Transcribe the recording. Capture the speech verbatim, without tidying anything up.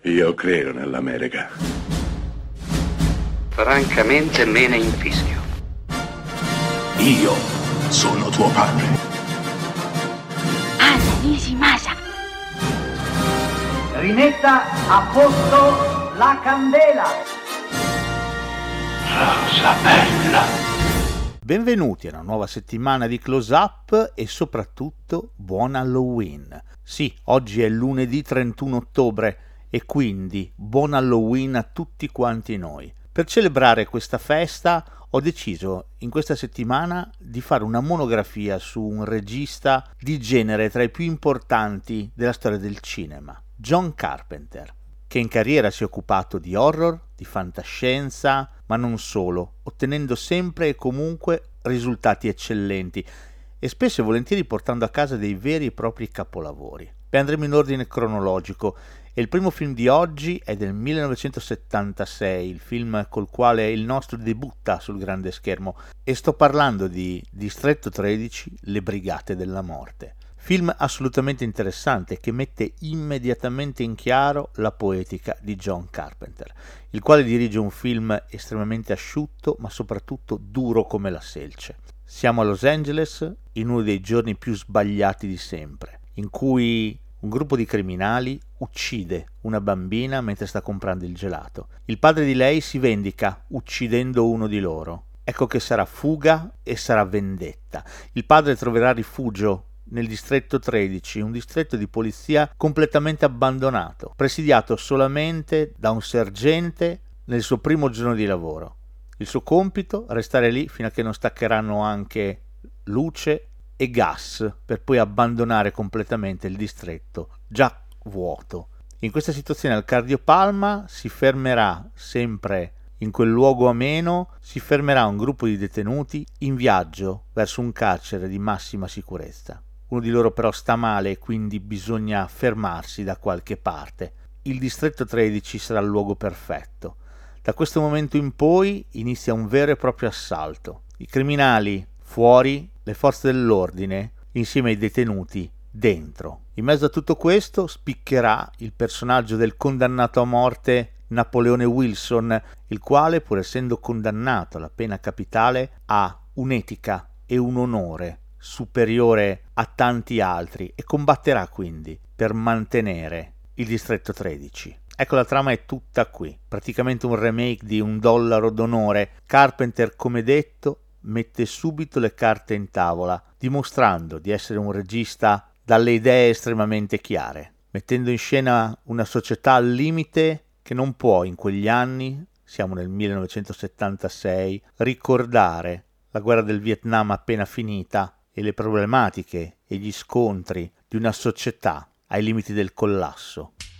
Io credo nell'America. Francamente me ne infischio. Io sono tuo padre. Anna Nishimasa. Rimetta a posto la candela. Rosa bella. Benvenuti a una nuova settimana di Close Up e soprattutto buon Halloween. Sì, oggi è lunedì trentuno ottobre e quindi buon Halloween a tutti quanti noi. Per celebrare questa festa ho deciso in questa settimana di fare una monografia su un regista di genere tra i più importanti della storia del cinema, John Carpenter, che in carriera si è occupato di horror, di fantascienza, ma non solo, ottenendo sempre e comunque risultati eccellenti e spesso e volentieri portando a casa dei veri e propri capolavori. Beh, andremo in ordine cronologico e il primo film di oggi è del millenovecentosettantasei, il film col quale il nostro debutta sul grande schermo, e sto parlando di Distretto tredici, Le Brigate della Morte. Film assolutamente interessante che mette immediatamente in chiaro la poetica di John Carpenter, il quale dirige un film estremamente asciutto ma soprattutto duro come la selce. Siamo a Los Angeles in uno dei giorni più sbagliati di sempre, in cui un gruppo di criminali uccide una bambina mentre sta comprando il gelato. Il padre di lei si vendica uccidendo uno di loro. Ecco che sarà fuga e sarà vendetta. Il padre troverà rifugio nel distretto tredici, un distretto di polizia completamente abbandonato, presidiato solamente da un sergente nel suo primo giorno di lavoro. Il suo compito? Restare lì fino a che non staccheranno anche luce e gas, per poi abbandonare completamente il distretto già vuoto. In questa situazione al cardiopalma si fermerà sempre in quel luogo ameno, si fermerà un gruppo di detenuti in viaggio verso un carcere di massima sicurezza. Uno di loro però sta male e quindi bisogna fermarsi da qualche parte. Il distretto tredici sarà il luogo perfetto. Da questo momento in poi inizia un vero e proprio assalto. I criminali fuori, le forze dell'ordine insieme ai detenuti dentro. In mezzo a tutto questo spiccherà il personaggio del condannato a morte Napoleone Wilson, il quale, pur essendo condannato alla pena capitale, ha un'etica e un onore superiore a tanti altri e combatterà quindi per mantenere il distretto tredici. Ecco, la trama è tutta qui, praticamente un remake di Un dollaro d'onore. Carpenter, come detto, mette subito le carte in tavola, dimostrando di essere un regista dalle idee estremamente chiare, mettendo in scena una società al limite che non può in quegli anni, siamo nel millenovecentosettantasei, ricordare la guerra del Vietnam appena finita e le problematiche e gli scontri di una società ai limiti del collasso.